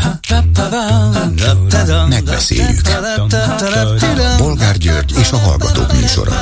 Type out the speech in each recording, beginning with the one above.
Megbeszéljük. Bolgár György és a Hallgatók műsora.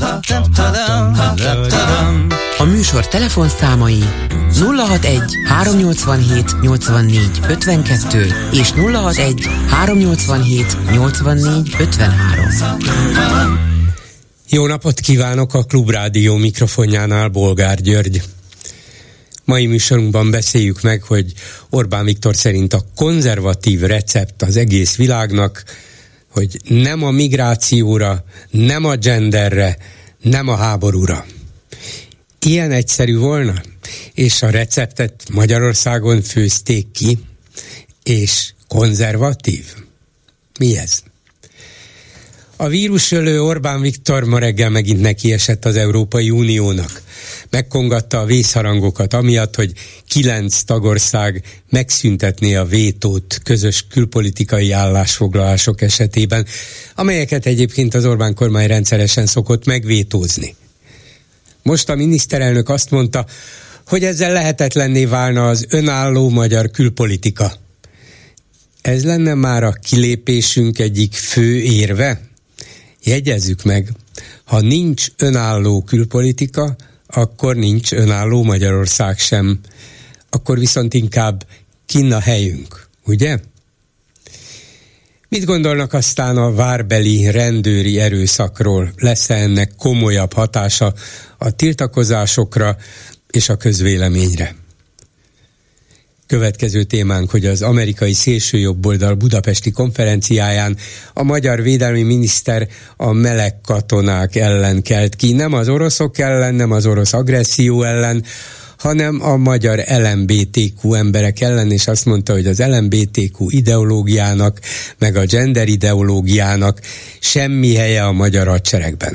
A műsor telefonszámai 061 387 84 52 és 061 387 84 53. Jó napot kívánok, a Klubrádió mikrofonjánál Bolgár György. Mai műsorunkban beszéljük meg, hogy Orbán Viktor szerint a konzervatív recept az egész világnak, hogy nem a migrációra, nem a genderre, nem a háborúra. Ilyen egyszerű volna? És a receptet Magyarországon főzték ki? És konzervatív? Mi ez? A vírusölő Orbán Viktor ma reggel megint nekiesett az Európai Uniónak. Megkongatta a vészharangokat amiatt, hogy 9 tagország megszüntetné a vétót közös külpolitikai állásfoglalások esetében, amelyeket egyébként az Orbán kormány rendszeresen szokott megvétózni. Most a miniszterelnök azt mondta, hogy ezzel lehetetlenné válna az önálló magyar külpolitika. Ez lenne már a kilépésünk egyik fő érve? Jegyezzük meg, ha nincs önálló külpolitika, akkor nincs önálló Magyarország sem. Akkor viszont inkább kinn a helyünk, ugye? Mit gondolnak aztán a várbeli rendőri erőszakról? Lesz-e ennek komolyabb hatása a tiltakozásokra és a közvéleményre? Következő témánk, hogy az amerikai szélsőjobboldal budapesti konferenciáján a magyar védelmi miniszter a meleg katonák ellen kelt ki. Nem az oroszok ellen, nem az orosz agresszió ellen, hanem a magyar LMBTQ emberek ellen, és azt mondta, hogy az LMBTQ ideológiának, meg a gender ideológiának semmi helye a magyar hadseregben.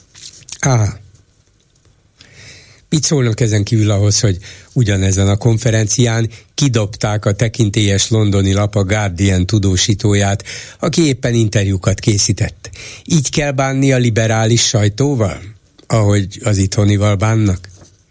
Mit szólnak ezen kívül ahhoz, hogy ugyanezen a konferencián kidobták a tekintélyes londoni lap a Guardian tudósítóját, aki éppen interjúkat készített. Így kell bánni a liberális sajtóval, ahogy az itthonival bánnak?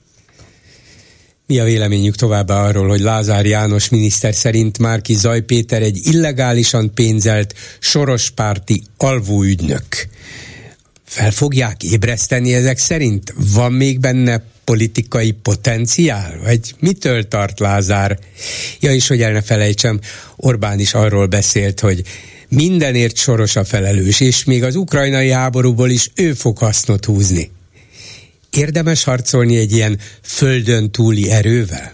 Mi a véleményük továbbá arról, hogy Lázár János miniszter szerint Márki Zaj Péter egy illegálisan pénzelt sorospárti alvóügynök? Fel fogják ébreszteni ezek szerint? Van még benne politikai potenciál? Vagy mitől tart Lázár? Ja, és hogy el ne felejtsem, Orbán is arról beszélt, hogy mindenért Soros a felelős, és még az ukrajnai háborúból is ő fog hasznot húzni. Érdemes harcolni egy ilyen földön túli erővel?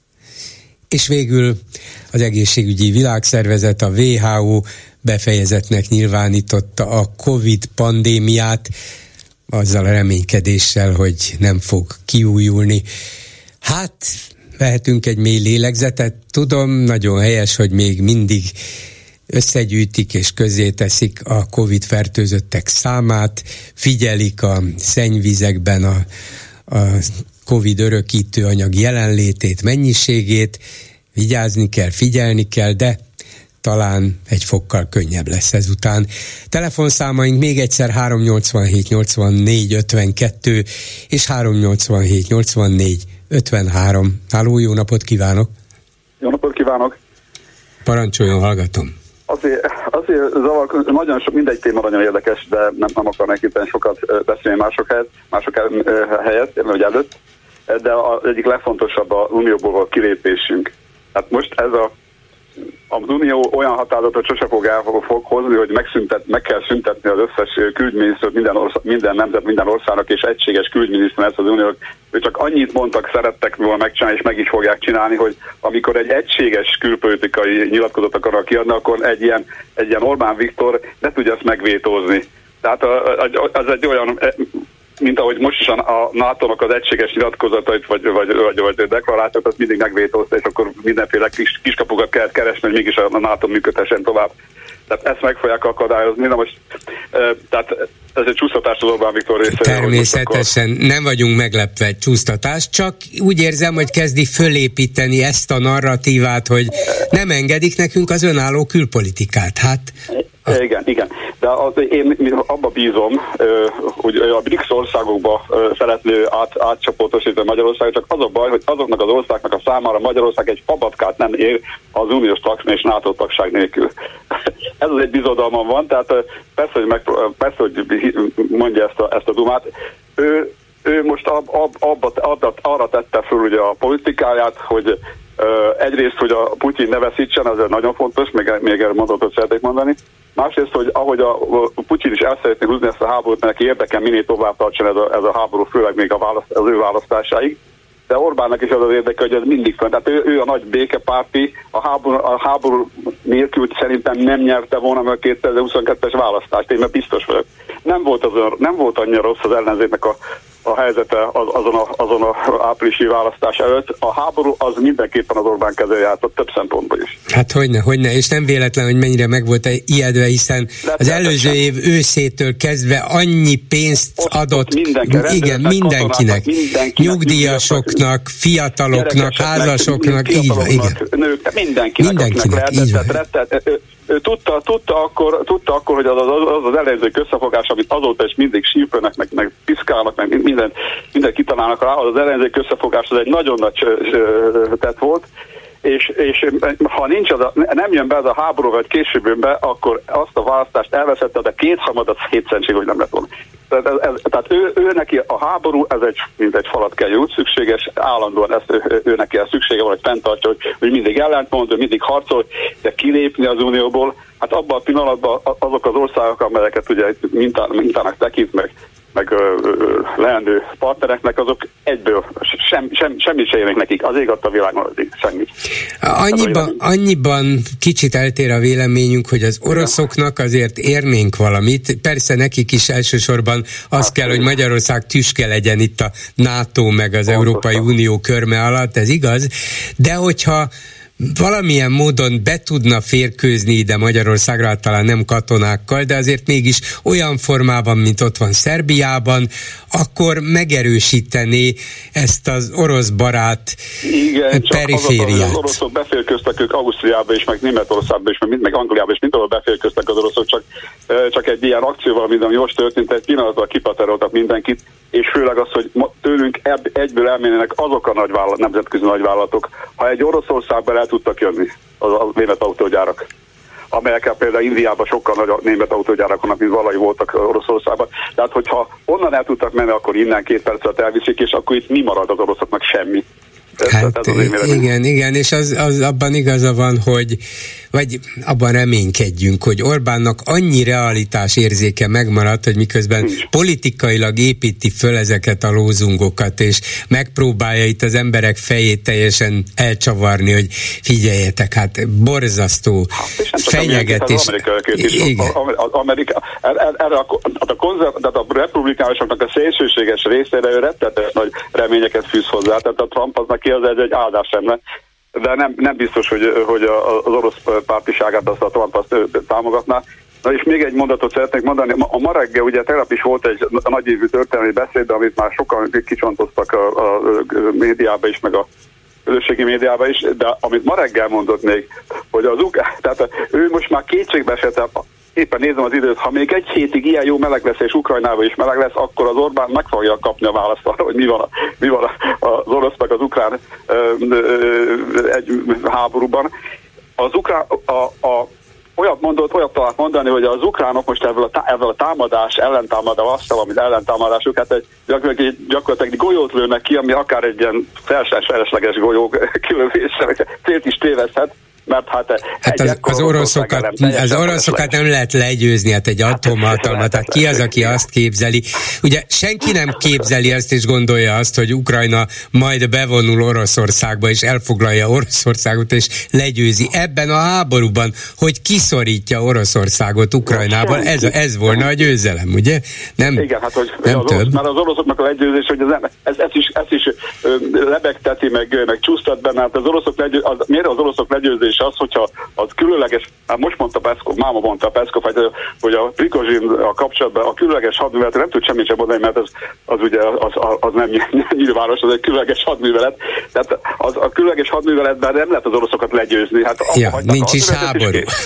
És végül az Egészségügyi Világszervezet, a WHO befejezetnek nyilvánította a Covid pandémiát, azzal a reménykedéssel, hogy nem fog kiújulni. Hát, vehetünk egy mély lélegzetet. Tudom, nagyon helyes, hogy még mindig összegyűjtik és közzéteszik a Covid fertőzöttek számát, figyelik a szennyvizekben a Covid örökítő anyag jelenlétét, mennyiségét, vigyázni kell, figyelni kell, de talán egy fokkal könnyebb lesz ezután. Telefonszámaink még egyszer 387 84 52 és 387 84 53. Háló, jó napot kívánok! Jó napot kívánok! Parancsoljon, hallgatom! Azért nagyon sok, mindegy téma nagyon érdekes, de nem akarnak itt sokat beszélni mások helyett, vagy előtt, de az egyik legfontosabb az unióból való kilépésünk. Hát most ez az Unió olyan határozatot sose fog hozni, hogy meg kell szüntetni az összes külügyminisztert minden nemzet, minden országnak, és egységes külügyminiszter lesz az Unió. Ők csak annyit mondtak, szerettek volna megcsinálni, és meg is fogják csinálni, hogy amikor egy egységes külpolitikai nyilatkozatot akarnak kiadni, akkor egy ilyen Orbán Viktor ne tudja ezt megvétózni. Tehát az egy olyan, mint ahogy most is a NATO-nak az egységes nyilatkozatait, vagy deklarációt, azt mindig megvétózta, és akkor mindenféle kiskapukat kellett keresni, hogy mégis a NATO működhessen tovább. Tehát ezt meg fogják akadályozni. Na most, tehát ez egy csúsztatás az Orbán Viktor részéről. Természetesen nem vagyunk meglepve egy csúsztatás, csak úgy érzem, hogy kezdi fölépíteni ezt a narratívát, hogy nem engedik nekünk az önálló külpolitikát. Hát Igen. De én abba bízom, hogy a BRICS országokba szeretnő átcsoportosítani Magyarország, csak az a baj, hogy azoknak az országnak a számára Magyarország egy fabatkát nem ér az uniós és NATO tagság nélkül. Ez az egy bizodalmam van, tehát persze, hogy mondja ezt a dumát. Ő most arra tette föl ugye a politikáját, hogy egyrészt, hogy a Putyin ne veszítsen, ez nagyon fontos, még erre mondatot szeretnék mondani. Másrészt, hogy ahogy a Putyin is el szeretné húzni ezt a háborút, mert neki érdekel minél tovább tartson ez a háború, főleg még az ő választásáig. De Orbánnak is az érdeke, hogy ez mindig fönn. Tehát ő a nagy békepárti, a háború nélkül szerintem nem nyerte volna meg a 2022-es választást, én mert biztos vagyok. Nem volt annyira rossz az ellenzéknek a helyzete azon a áprilisi választás előtt. A háború az mindenképpen az Orbán kezére játszott több szempontból is. Hát hogyne, és nem véletlen, hogy mennyire meg volt ijedve, hiszen az előző év őszétől kezdve annyi pénzt adott mindenkinek, nyugdíjasoknak, fiataloknak, házasoknak, nőknek, mindenkinek lehetett. Tudta akkor, hogy az ellenzők összefogás, amit azóta is mindig sípölnek, meg piszkálnak, meg mindent kitalálnak rá, az ellenzők összefogás az egy nagyon nagy tett volt, és ha nem jön be ez a háború, vagy később jön be, akkor azt a választást elveszette, de kétharmadat hétszentség, hogy nem lett volna. Tehát ő neki a háború, ez mint egy falat kell, úgy szükséges, állandóan ő neki szüksége van, hogy fenntartja, hogy mindig ellentmond, hogy mindig harcol, de kilépni az Unióból, hát abban a pillanatban azok az országok, amelyeket ugye mintának tekint, meg leendő partnereknek, azok egyből semmit se érnek nekik, az ég adta a világon, semmit. Annyiban kicsit eltér a véleményünk, hogy az oroszoknak azért érnénk valamit, persze nekik is elsősorban az kell, hogy Magyarország tüske legyen itt a NATO meg az Európai Unió körme alatt, ez igaz, de hogyha valamilyen módon be tudna férkőzni ide Magyarországra, talán nem katonákkal, de azért mégis olyan formában, mint ott van Szerbiában, akkor megerősítené ezt az orosz barát perifériát. Az oroszok beférkőztek ők Ausztriába is, meg Németországba is, meg Angliába is, mindenhol beférkőztek az oroszok, csak egy ilyen akcióval, mint ami most történt, egy pillanatban kipateroltak mindenkit, és főleg az, hogy tőlünk egyből elmennének azok a nemzetközi nagyvállalatok, ha egy Oroszországban el tudtak jönni a német autógyárak, amelyekkel például Indiában sokkal nagyobb német autógyárak vannak, mint valahogy voltak Oroszországban. Tehát, hogyha onnan el tudtak menni, akkor innen 2 perc alatt elviszik, és akkor itt mi marad az oroszoknak? Semmi. Igen, és az abban igaza van, vagy abban reménykedjünk, hogy Orbánnak annyi realitás érzéke megmaradt, hogy miközben politikailag építi föl ezeket a lózungokat, és megpróbálja itt az emberek fejét teljesen elcsavarni, hogy figyeljetek, hát borzasztó fenyegetés. A republikánusoknak a szélsőséges részére ő rettetes nagy reményeket fűz hozzá, tehát a Trump az neki az egy áldás lenne, de nem biztos, hogy az orosz pártiságát azt a Trump azt támogatná. Na és még egy mondatot szeretnék mondani. Ma reggel ugye tegnap is volt egy nagyívű történelmi beszéd, amit már sokan kicsontoztak a médiába is, meg a közösségi médiába is, de amit ma reggel mondott még, hogy tehát ő most már kétségbe esett, éppen nézem az időt, ha még egy hétig ilyen jó meleg lesz, és Ukrajnában is meleg lesz, akkor az Orbán meg fogja kapni a választ arra, hogy mi van az orosz meg az ukrán egy háborúban. Az ukrán, olyat talált mondani, hogy az ukránok most ezzel a ellentámadással, amit ellentámadásuk, hát gyakorlatilag egy golyót lőnek ki, ami akár egy ilyen felesleges golyó kilövésre célt is tévezhet, mert az oroszokat nem lehet legyőzni, hát egy atomhatalmat, tehát ki az, aki azt képzeli? Ugye senki nem képzeli azt és gondolja azt, hogy Ukrajna majd bevonul Oroszországba és elfoglalja Oroszországot és legyőzi. Ebben a háborúban, hogy kiszorítja Oroszországot Ukrajnában, ez volna a győzelem, ugye? Igen, hát hogy mert az oroszoknak a legyőzés, hogy ezt is lebegteti, meg csúsztat benne, hát miért az oroszok legyőzés az, hogyha az különleges, most mondta Peszkov, máma mondta Peszkov, hogy a Prigozsin a kapcsolatban a különleges hadművelet nem tud semmit sem mondani, mert az ugye az nem nyilvános, az egy különleges hadművelet. Tehát a különleges hadműveletben nem lehet az oroszokat legyőzni. Hát nincs is háború.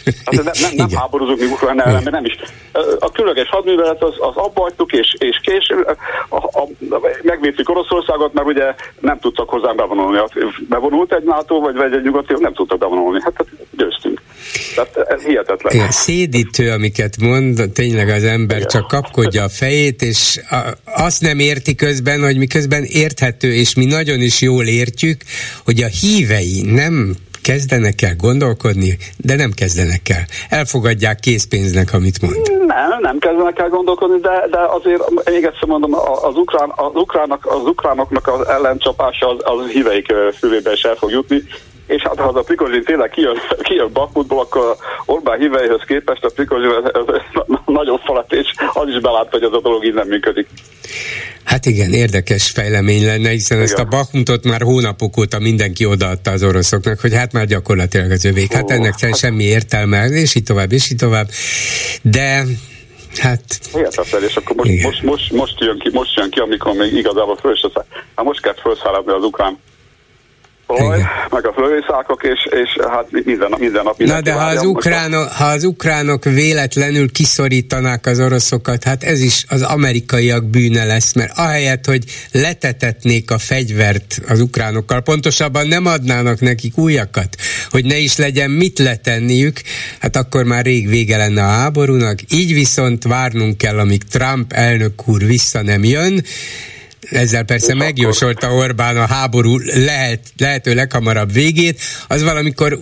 Hát nem háborúzunk mi Ukrajna ellen, nem is. A különleges hadművelet az abba hagytuk, és később megvédtük Oroszországot, mert ugye nem tudtak hozzánk bevonulni. Bevonult egy NATO, vagy egy nyugati, nem tudtak bevonulni. Hát győztünk. Tehát ez hihetetlen. Igen, szédítő, amiket mond, tényleg az ember csak kapkodja a fejét, és azt nem érti közben, hogy miközben érthető, és mi nagyon is jól értjük, hogy a hívei nem kezdenek el gondolkodni, de nem kezdenek el. Elfogadják készpénznek, amit mond. Nem kezdenek el gondolkodni, de azért még egyszer mondom, az ukránoknak az ellencsapása az híveik fülébe is el fog jutni, és hát ha az a Prigozsin tényleg kijön Bakmutból, akkor Orbán híveihez képest a Prigozsin nagyon falat, és az is belátta, hogy az a dolog így nem működik. Hát igen, érdekes fejlemény lenne, hiszen ezt a Bakmutot már hónapok óta mindenki odaadta az oroszoknak, hogy hát már gyakorlatilag az övék. Hát ennek semmi értelme, és így tovább. De hát... Hihetetlen, és akkor most jön ki, amikor még igazából most kell felszállni az ukrán olaj, meg a fölvészákok, és hát minden nap Na de ha az ukránok véletlenül kiszorítanák az oroszokat, hát ez is az amerikaiak bűne lesz, mert ahelyett, hogy letetetnék a fegyvert az ukránokkal, pontosabban nem adnának nekik újakat, hogy ne is legyen mit letenniük, hát akkor már rég vége lenne a háborúnak, így viszont várnunk kell, amíg Trump elnök úr vissza nem jön. Ezzel persze megjósolta Orbán a háború lehető leghamarabb végét, az valamikor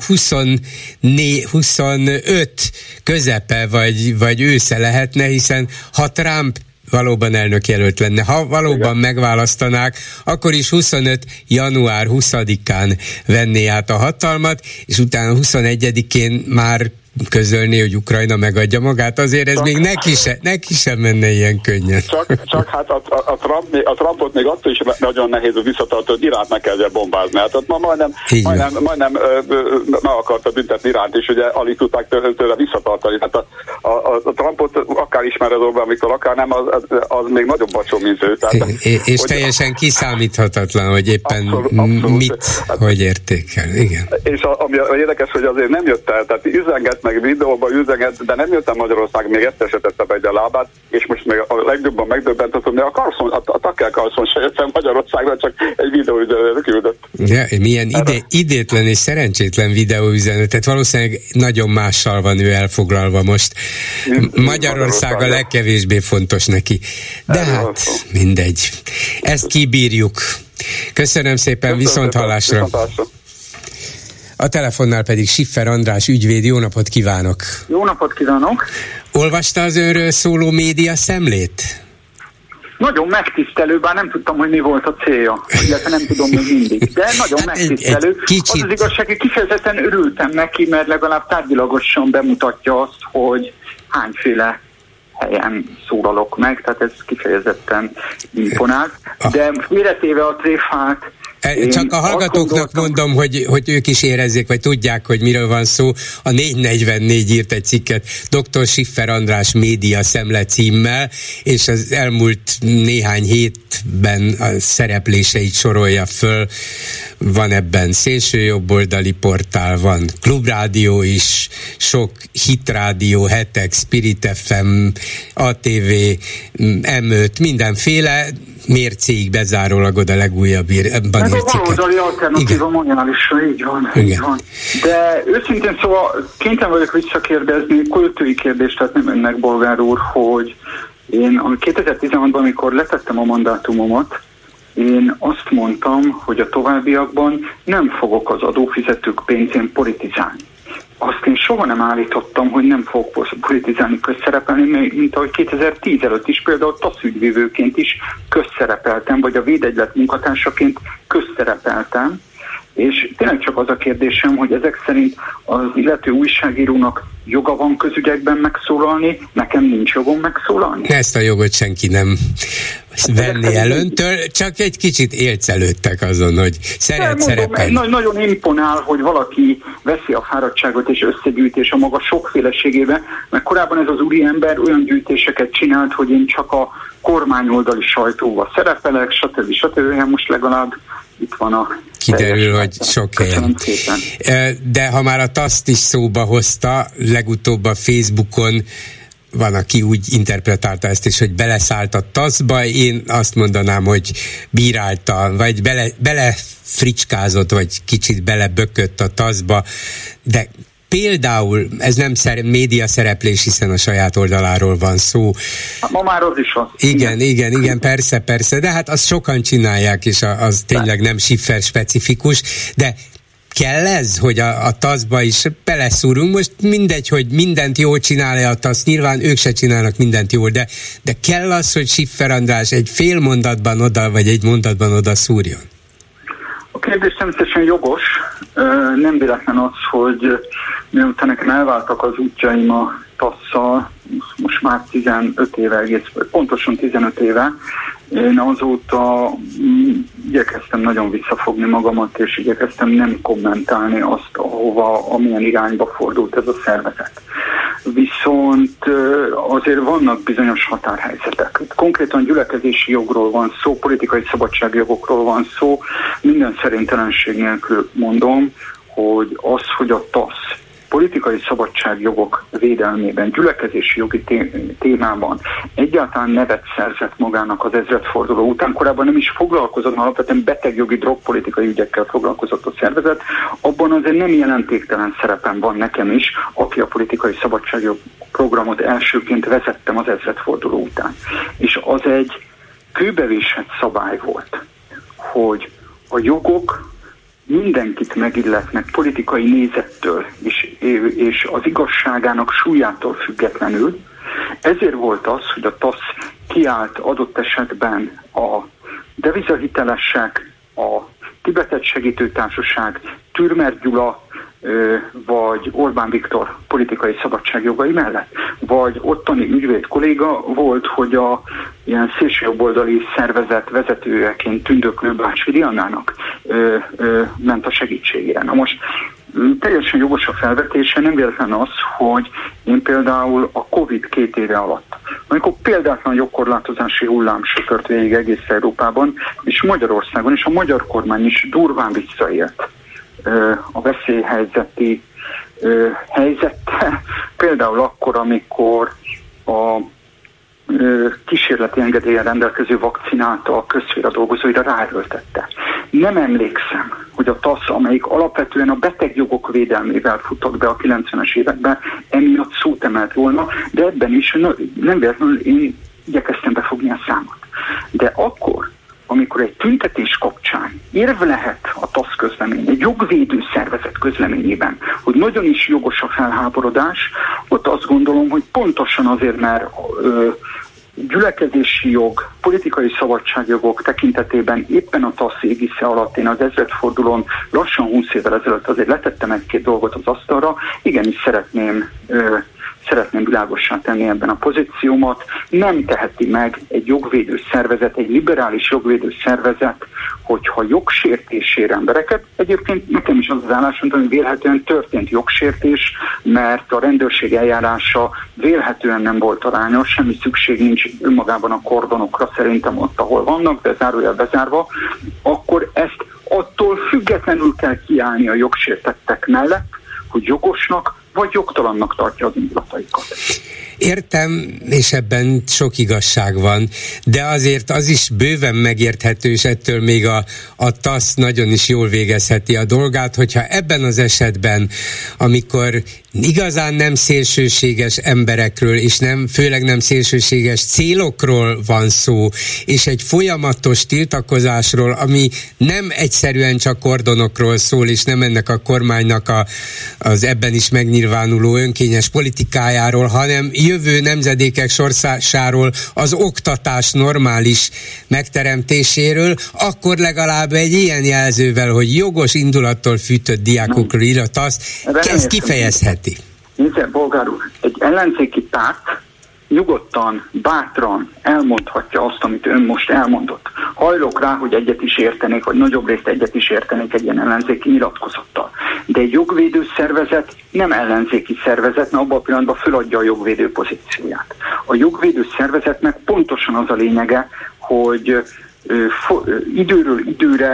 25 közepe vagy ősze lehetne, hiszen ha Trump valóban elnökjelölt lenne, ha valóban megválasztanák, akkor is 25. január 20-án venné át a hatalmat, és utána 21-én már közölni, hogy Ukrajna megadja magát, azért ez még neki sem menne ilyen könnyen. Csak hát a Trumpot még attól is nagyon nehéz visszatartani, hogy Iránt meg kell bombázni. Hát ott majdnem meg akarta büntetni Iránt, és ugye alig tudták tőle visszatartani. Hát a Trumpot akár ismer az Orbán Viktor, akár nem, az még nagyobb bacsó, mint ő. És teljesen kiszámíthatatlan, hogy éppen hogy értékel. Igen. És ami érdekes, hogy azért nem jött el, tehát üzenget meg videóban üzeget, de nem jöttem Magyarország, még ezt se tette be egy a lábát, és most még a legjobban megdöbbentett, hogy a Tucker Carlson se jött Magyarországra, csak egy videóüzenetet küldött. Ja, milyen idétlen és szerencsétlen videóüzenetet, valószínűleg nagyon mással van ő elfoglalva most. Magyarország a legkevésbé fontos neki. De hát mindegy. Ezt kibírjuk. Köszönöm szépen, viszonthallásra. A telefonnál pedig Schiffer András ügyvéd. Jó napot kívánok! Jó napot kívánok! Olvasta az önről szóló média szemlét? Nagyon megtisztelő, bár nem tudtam, hogy mi volt a célja, illetve nem tudom még mindig, de nagyon megtisztelő. Kicsit... Az igazság, hogy kifejezetten örültem neki, mert legalább tárgyilagosan bemutatja azt, hogy hányféle helyen szólalok meg, tehát ez kifejezetten imponált. De félretéve a tréfát, csak a hallgatóknak mondom, hogy ők is érezzék, vagy tudják, hogy miről van szó. A 444 írt egy cikket Dr. Schiffer András média szemle címmel, és az elmúlt néhány hétben a szerepléseit sorolja föl. Van ebben szélsőjobboldali portál, van klubrádió is, sok hitrádió, Hetek, Spirit FM, ATV, M5, mindenféle mércéig bezárólag oda legújabb ebben a baloldali alternatíva morálisra, így van. De őszintén szóval kénytelen vagyok visszakérdezni, költői kérdést, tehát nem önnek, Bolgár úr, hogy én 2016-ban, amikor letettem a mandátumomat, én azt mondtam, hogy a továbbiakban nem fogok az adófizetők pénzén politizálni. Azt én soha nem állítottam, hogy nem fogok politizálni, közszerepelni, mint ahogy 2010 előtt is például TASZ-ügyvívőként is közszerepeltem, vagy a Védegylet munkatársaként közszerepeltem, és tényleg csak az a kérdésem, hogy ezek szerint az illető újságírónak joga van közügyekben megszólalni, nekem nincs jogom megszólalni? Ezt a jogot senki nem venni el öntől, csak egy kicsit élcelődtek azon, hogy szerepelni. Nagyon imponál, hogy valaki veszi a fáradtságot és összegyűjtés a maga sokféleségébe, mert korábban ez az úriember olyan gyűjtéseket csinált, hogy én csak a kormányoldali sajtóval szerepelek, stb. Most legalább itt van a... Kiderül, hogy sok helyen. De ha már a TASZ-t is szóba hozta, legutóbb a Facebookon van, aki úgy interpretálta ezt is, hogy beleszállt a TASZ-ba, én azt mondanám, hogy bírálta, vagy belefricskázott, vagy kicsit belebökött a TASZ-ba, de például, ez nem média szereplés, hiszen a saját oldaláról van szó. Ma már az is van. Igen, persze, de hát azt sokan csinálják, és az tényleg nem Schiffer specifikus, de kell ez, hogy a TASZ-ba is beleszúrunk? Most mindegy, hogy mindent jól csinál-e a TASZ, nyilván ők se csinálnak mindent jól, de kell az, hogy Schiffer András egy fél mondatban oda, vagy egy mondatban oda szúrjon? A kérdés természetesen jogos. Nem véletlen az, hogy miután nekem elváltak az útjaim a TASZ-szal, most már 15 éve, pontosan 15 éve, én azóta igyekeztem nagyon visszafogni magamat, és igyekeztem nem kommentálni azt, amilyen irányba fordult ez a szervezet. Viszont azért vannak bizonyos határhelyzetek. Konkrétan gyülekezési jogról van szó, politikai szabadságjogokról van szó. Minden szerintelenség nélkül mondom, hogy az, hogy a TASZ politikai szabadságjogok védelmében, gyülekezési jogi témában egyáltalán nevet szerzett magának az ezredforduló után. Korábban nem is foglalkozott, alapvetően betegjogi, drogpolitikai ügyekkel foglalkozott a szervezet. Abban azért nem jelentéktelen szerepem van nekem is, aki a politikai szabadságjog programot elsőként vezettem az ezredforduló után. És az egy kőbevésett szabály volt, hogy a jogok mindenkit megilletnek politikai nézettől és az igazságának súlyától függetlenül. Ezért volt az, hogy a TASZ kiállt adott esetben a devizahitelesek, a Tibetet Segítő Társaság, Türmer Gyula vagy Orbán Viktor politikai szabadságjogai mellett. Vagy ottani ügyvéd kolléga volt, hogy a ilyen szélsőjobboldali szervezet vezetőjeként tündöklő Bács Vidiannának ment a segítségére. Na most teljesen jogos a felvetése, nem véletlen az, hogy én például a Covid 2 éve alatt, amikor példátlan jogkorlátozási hullám söpört végig egész Európában, és Magyarországon, és a magyar kormány is durván visszaélt a veszélyhelyzeti helyzettel, például akkor, amikor a kísérleti engedélyen rendelkező vakcinát a közszféra dolgozóira ráerőltette. Nem emlékszem, hogy a TASZ, amelyik alapvetően a betegjogok védelmével futott be a 90-es években, emiatt szót emelt volna, de ebben is nem véletlenül én igyekeztem befogni a számot. De akkor, amikor egy tüntetés kapcsán érv lehet a TASZ közlemény, egy jogvédő szervezet közleményében, hogy nagyon is jogos a felháborodás, ott azt gondolom, hogy pontosan azért, mert gyülekezési jog, politikai szabadságjogok tekintetében éppen a TASZ égisze alatt én az ezredfordulón lassan 20 évvel ezelőtt azért letettem egy-két dolgot az asztalra, igenis szeretném világossá tenni ebben a pozíciómat. Nem teheti meg egy jogvédő szervezet, egy liberális jogvédő szervezet, hogyha jogsértésére embereket, egyébként nekem is az az állásom, hogy vélhetően történt jogsértés, mert a rendőrség eljárása vélhetően nem volt arányos, semmi szükség nincs önmagában a kordonokra, szerintem ott, ahol vannak, de zárójel bezárva, akkor ezt attól függetlenül kell kiállni a jogsértettek mellett, hogy jogosnak vagy jogtalannak tartja az indulataikat. Értem, és ebben sok igazság van, de azért az is bőven megérthető, és ettől még a TASZ nagyon is jól végezheti a dolgát, hogyha ebben az esetben, amikor igazán nem szélsőséges emberekről, és főleg nem szélsőséges célokról van szó, és egy folyamatos tiltakozásról, ami nem egyszerűen csak kordonokról szól, és nem ennek a kormánynak az ebben is megnyilvánuló önkényes politikájáról, hanem jövő nemzedékek sorsáról, az oktatás normális megteremtéséről, akkor legalább egy ilyen jelzővel, hogy jogos indulattól fűtött diákokról ír a TASZ, ezt kifejezheti. Nézze, bolgár úr, egy ellenzéki párt nyugodtan, bátran elmondhatja azt, amit ön most elmondott. Hajlok rá, hogy egyet is értenék, vagy nagyobb részt egyet is értenék egy ilyen ellenzéki nyilatkozattal. De egy jogvédő szervezet nem ellenzéki szervezet, mert abban a pillanatban föladja a jogvédő pozícióját. A jogvédő szervezetnek pontosan az a lényege, hogy időről időre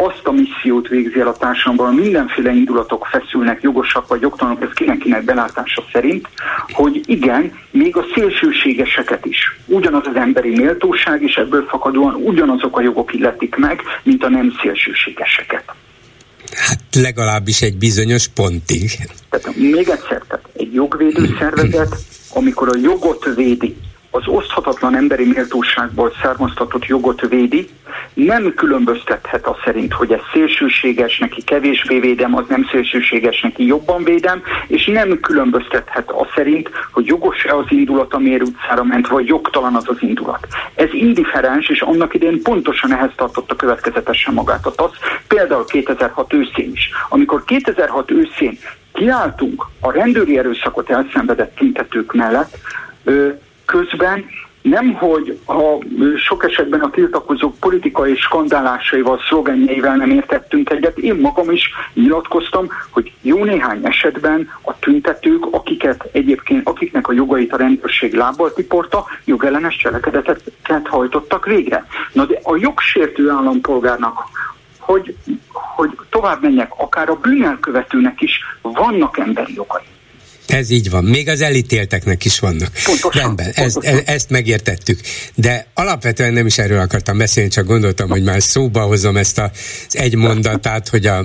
azt a missziót végzi el a társadalomban, mindenféle indulatok feszülnek, jogosak vagy jogtalanok, ez kinek belátása szerint, hogy igen, még a szélsőségeseket is. Ugyanaz az emberi méltóság, és ebből fakadóan ugyanazok a jogok illetik meg, mint a nem szélsőségeseket. Hát legalábbis egy bizonyos pontig. Tehát még egyszer, tehát egy jogvédő szervezet, amikor a jogot védi, az oszthatatlan emberi méltóságból származtatott jogot védi, nem különböztethet az szerint, hogy ez szélsőséges, neki kevésbé védem, az nem szélsőséges, neki jobban védem, és nem különböztethet az szerint, hogy jogos-e az indulat, amiért utcára ment, vagy jogtalan az az indulat. Ez indifferens, és annak idején pontosan ehhez tartotta következetesen magát a TASZ, például 2006 őszén is. Amikor 2006 őszén kiálltunk a rendőri erőszakot elszenvedett tüntetők mellett, közben nemhogy sok esetben a tiltakozók politikai skandálásaival, szlogenjeivel nem értettünk egyet, én magam is nyilatkoztam, hogy jó néhány esetben a tüntetők, akiknek a jogait a rendőrség lábbal tiporta, jogellenes cselekedeteket hajtottak végre. Na de a jogsértő állampolgárnak, hogy tovább menjek, akár a bűnelkövetőnek is vannak emberi jogai. Ez így van. Még az elítélteknek is vannak. Pontosan, rendben, ezt megértettük. De alapvetően nem is erről akartam beszélni, csak gondoltam, hogy már szóba hozom ezt az egy mondatát, hogy a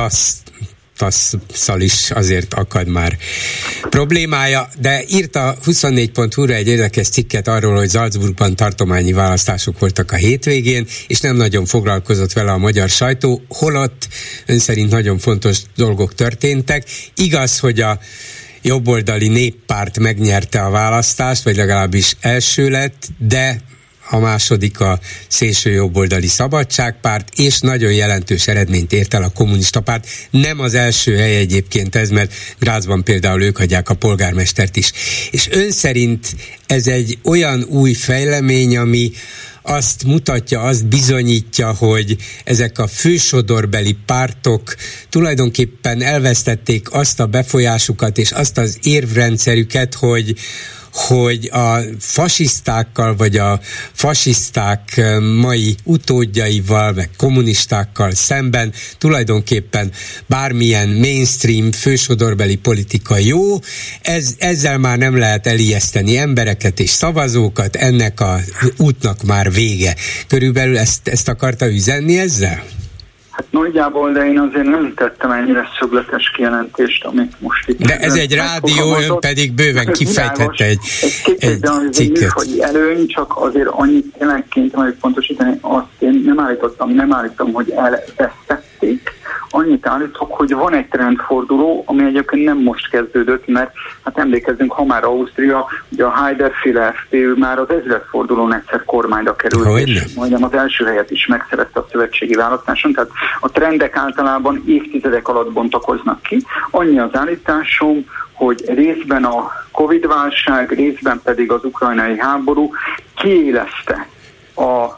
TASZ-szal is azért akad már problémája, de írt a 24.hu-ra egy érdekes cikket arról, hogy Salzburgban tartományi választások voltak a hétvégén, és nem nagyon foglalkozott vele a magyar sajtó, holott ön szerint nagyon fontos dolgok történtek. Igaz, hogy a jobboldali Néppárt megnyerte a választást, vagy legalábbis első lett, de a második a szélső jobboldali Szabadságpárt, és nagyon jelentős eredményt ért el a kommunista párt. Nem az első hely egyébként ez, mert Grazban például ők hagyják a polgármestert is. És ön szerint ez egy olyan új fejlemény, ami azt mutatja, azt bizonyítja, hogy ezek a fősodorbeli pártok tulajdonképpen elvesztették azt a befolyásukat és azt az érvrendszerüket, hogy a fasisztákkal, vagy a fasiszták mai utódjaival, meg kommunistákkal szemben tulajdonképpen bármilyen mainstream fősodorbeli politika jó, ezzel már nem lehet elijeszteni embereket és szavazókat, ennek a útnak már vége. Körülbelül ezt akarta üzenni ezzel? Hát nagyjából, de én azért nem tettem ennyire szögletes kijelentést, amit most itt... De ez egy rádió, ön pedig bőven kifejtette egy cikket. Hogy előny, csak azért annyit tényleg kénytelen pontosítani, azt én nem állítom, hogy elvesztették. Annyit állítok, hogy van egy trendforduló, ami egyébként nem most kezdődött, mert hát emlékezzünk, ha már Ausztria, ugye a Haider-féle FPÖ már az ezredfordulón egyszer kormányra került, és majdnem az első helyet is megszerezte a szövetségi választáson, tehát a trendek általában évtizedek alatt bontakoznak ki. Annyi az állításom, hogy részben a Covid-válság, részben pedig az ukrajnai háború kiélezte a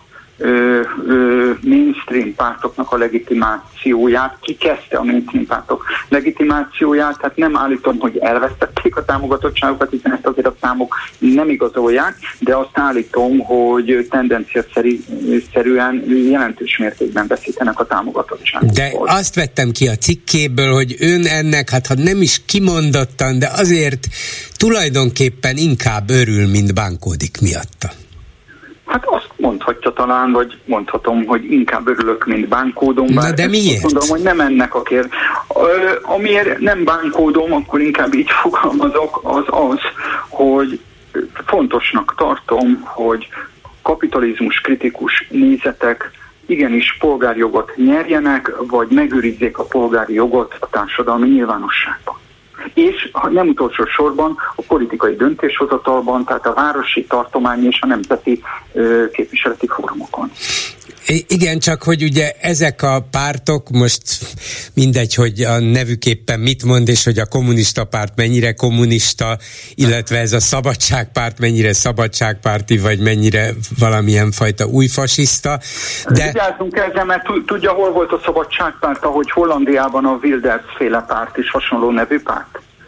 mainstream pártoknak a legitimációját, kikezdte a mainstream pártok legitimációját, tehát nem állítom, hogy elvesztették a támogatottságokat, hiszen ezt azért a számok nem igazolják, de azt állítom, hogy tendenciaszerűen jelentős mértékben veszítenek a támogatottságokat. De azt vettem ki a cikkéből, hogy ön ennek, hát ha nem is kimondottan, de azért tulajdonképpen inkább örül, mint bánkódik miatta. Hát azt mondhatja talán, vagy mondhatom, hogy inkább örülök, mint bánkódom. Na de miért? Azt mondom, hogy nem ennek a kérdés. Amiért nem bánkódom, akkor inkább így fogalmazok, az, hogy fontosnak tartom, hogy kapitalizmus kritikus nézetek igenis polgárjogot nyerjenek, vagy megőrizzék a polgári jogot a társadalmi nyilvánosságban. És nem utolsó sorban a politikai döntéshozatalban, tehát a városi, tartományi és a nemzeti képviseleti fórumokon. Igen, csak hogy ugye ezek a pártok, most mindegy, hogy a nevüképpen mit mond, és hogy a kommunista párt mennyire kommunista, illetve ez a szabadságpárt mennyire szabadságpárti, vagy mennyire valamilyen fajta új fasiszta. De vigyázzunk ezzel, mert tudja, hol volt a szabadságpárt, ahogy Hollandiában a Wilders féle párt is hasonló nevű párt?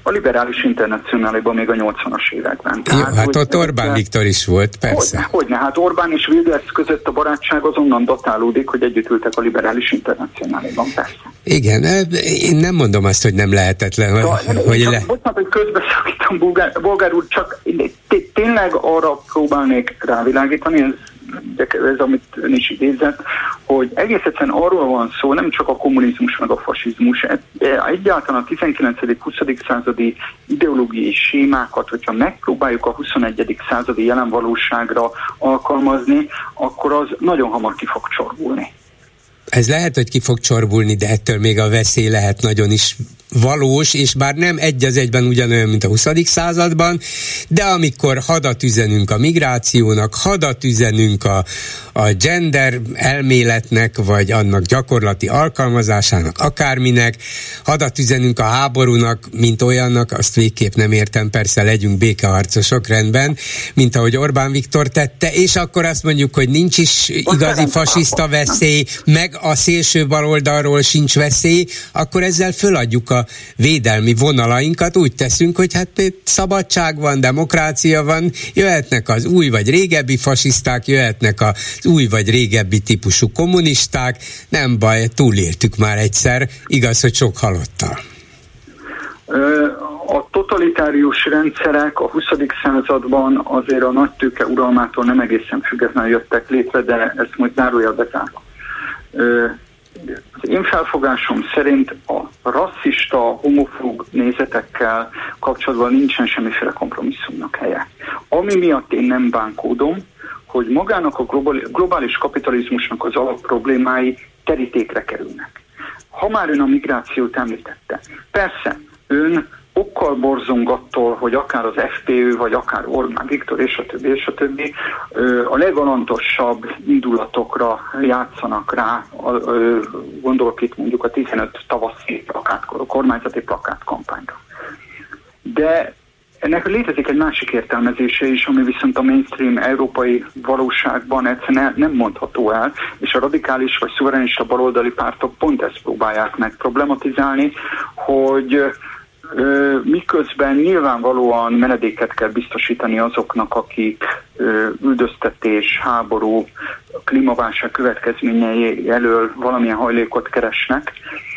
a liberális internacionáliban még a 80-as években. Tehát, jó, hát ott Orbán Viktor is volt, persze. Hogyne, hát Orbán és Wilders között a barátság azonnan datálódik, hogy együtt ültek a liberális internacionáliban, persze. Igen, én nem mondom azt, hogy nem lehetetlen, bocsánat, hogy közbeszakítom, Bolgár úr, csak tényleg arra próbálnék rávilágítani, ez amit ön is idézett, hogy egész egyszerűen arról van szó, nem csak a kommunizmus meg a fasizmus, egyáltalán a 19.-20. századi ideológiai sémákat, hogyha megpróbáljuk a 21. századi jelen valóságra alkalmazni, akkor az nagyon hamar ki fog csorbulni. Ez lehet, hogy ki fog csorbulni, de ettől még a veszély lehet nagyon is valós, és bár nem egy az egyben ugyanolyan, mint a 20. században, de amikor hadat üzenünk a migrációnak, hadat üzenünk a gender elméletnek, vagy annak gyakorlati alkalmazásának, akárminek, hadat üzenünk a háborúnak, mint olyannak, azt végképp nem értem, persze legyünk békeharcosok, rendben, mint ahogy Orbán Viktor tette, és akkor azt mondjuk, hogy nincs is igazi fasiszta veszély, meg a szélső baloldalról sincs veszély, akkor ezzel föladjuk a védelmi vonalainkat, úgy teszünk, hogy hát szabadság van, demokrácia van, jöhetnek az új vagy régebbi fasiszták, jöhetnek az új vagy régebbi típusú kommunisták, nem baj, túléltük már egyszer, igaz, hogy sok halottal. A totalitárius rendszerek a 20. században azért a nagytőke uralmától nem egészen függetlenül jöttek létre, de ezt majd zárójelbe zárva. Az én felfogásom szerint a rasszista, homofób nézetekkel kapcsolatban nincsen semmiféle kompromisszumnak helye. Ami miatt én nem bánkódom, hogy magának a globális kapitalizmusnak az alapproblémái terítékre kerülnek. Ha már ön a migrációt említette, persze ön okkal borzong attól, hogy akár az FPÖ, vagy akár Orbán Viktor, és a többi, a legalantosabb indulatokra játszanak rá, gondolok itt mondjuk a 15 tavaszi plakátkor, a kormányzati plakátkampányra. De ennek létezik egy másik értelmezése is, ami viszont a mainstream európai valóságban egyszerűen nem mondható el, és a radikális vagy szuverenista baloldali pártok pont ezt próbálják meg problematizálni, hogy miközben nyilvánvalóan menedéket kell biztosítani azoknak, akik üldöztetés, háború, klímaválság következményei elől valamilyen hajlékot keresnek,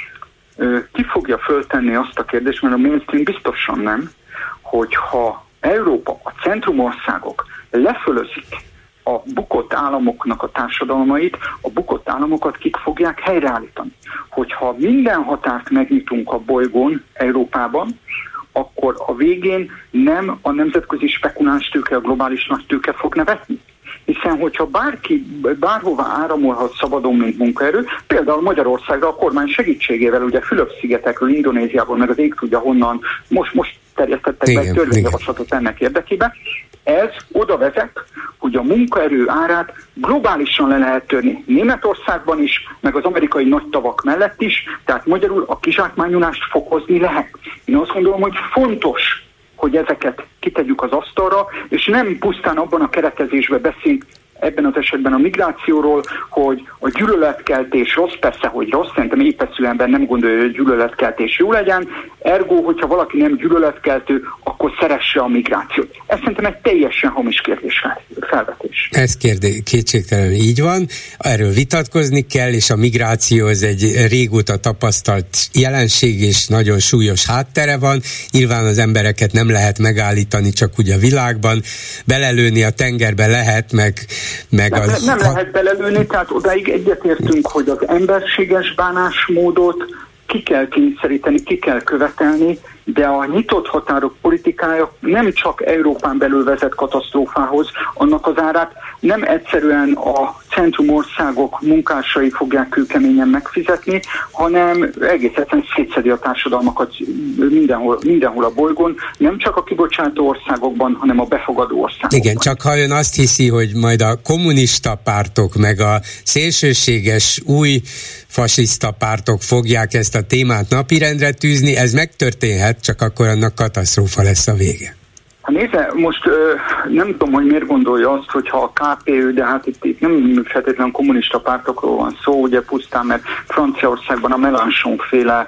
ki fogja föltenni azt a kérdést, mert a mainstream biztosan nem, hogyha Európa, a centrumországok lefölözik a bukott államoknak a társadalmait, a bukott államokat kik fogják helyreállítani. Hogyha minden határt megnyitunk a bolygón, Európában, akkor a végén nem a nemzetközi spekuláns tőke, a globális nagy tőke fog nevetni. Hiszen, hogyha bárki bárhova áramolhat szabadon, mint munkaerő, például Magyarországra a kormány segítségével, ugye Fülöp-szigetekről, Indonéziából, meg az ég tudja honnan, most terjesztettek be egy törvényjavaslatot ennek érdekében. Ez oda vezet, hogy a munkaerő árát globálisan le lehet törni Németországban is, meg az amerikai nagy tavak mellett is, tehát magyarul a kizsákmányolást fokozni lehet. Én azt gondolom, hogy fontos, hogy ezeket kitegyük az asztalra, és nem pusztán abban a keretezésben beszélünk, ebben az esetben a migrációról, hogy a gyűlöletkeltés rossz, persze, hogy rossz, szerintem épeszű ember nem gondolja, hogy a gyűlöletkeltés jó legyen, ergo, hogyha valaki nem gyűlöletkeltő, akkor szeresse a migrációt. Ez szerintem egy teljesen hamis felvetés. Ez kétségtelenül így van, erről vitatkozni kell, és a migráció az egy régóta tapasztalt jelenség, és nagyon súlyos háttere van. Nyilván az embereket nem lehet megállítani csak úgy a világban, belelőni a tengerbe lehet, meg az... Nem lehet belelőni, tehát odáig egyetértünk, hogy az emberséges bánásmódot ki kell kényszeríteni, ki kell követelni, de a nyitott határok politikája nem csak Európán belül vezet katasztrófához, annak az árát nem egyszerűen a centrumországok munkásai fogják kőkeményen megfizetni, hanem egész egyszerűen szétszedi a társadalmakat mindenhol a bolygón, nem csak a kibocsátó országokban, hanem a befogadó országokban. Igen, csak ha ön azt hiszi, hogy majd a kommunista pártok, meg a szélsőséges új fasiszta pártok fogják ezt a témát napirendre tűzni, ez megtörténhet, csak akkor annak katasztrófa lesz a vége. Hát nézze, most nem tudom, hogy miért gondolja azt, hogyha a KPÖ, de hát itt nem feltétlenül kommunista pártokról van szó, ugye pusztán, mert Franciaországban a Mélenchon-féle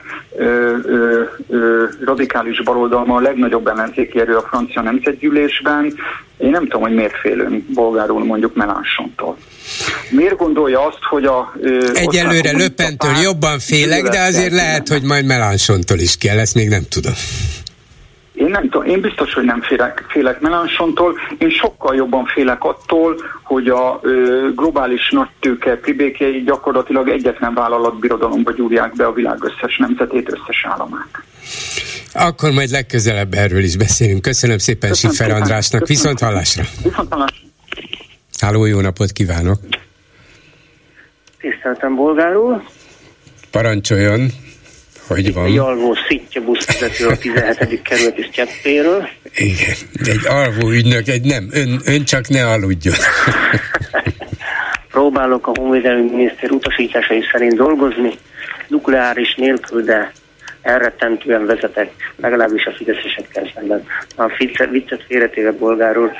radikális baloldalma a legnagyobb ellenzéki erő a francia nemzetgyűlésben. Én nem tudom, hogy miért félünk bolgárul mondjuk Mélenchontól. Miért gondolja azt, hogy egyelőre Le Pentől jobban félek, de azért lehet, hogy majd Mélenchontól is kell, ezt még nem tudom. Én nem tudom, én biztos, hogy nem félek Mélenchontól, én sokkal jobban félek attól, hogy a globális nagytőke pribékjei gyakorlatilag egyetlen vállalatbirodalomba gyúrják be a világ összes nemzetét, összes államát. Akkor majd legközelebb erről is beszélünk. Köszönöm szépen Schiffer Andrásnak, viszont hallásra. Háló, jó napot kívánok! Tiszteltem, bolgár úr! Parancsoljon! Hogy van? Egy alvó szitja buszvezető a 17. kerületi Cseppéről. Igen, egy alvó ügynök, ön csak ne aludjon. Próbálok a honvédelmi miniszter utasításai szerint dolgozni, nukleáris nélkül, de elrettentően vezetek, legalábbis a fideszesekkel szemben. A viccet félretéve, bolgár úr,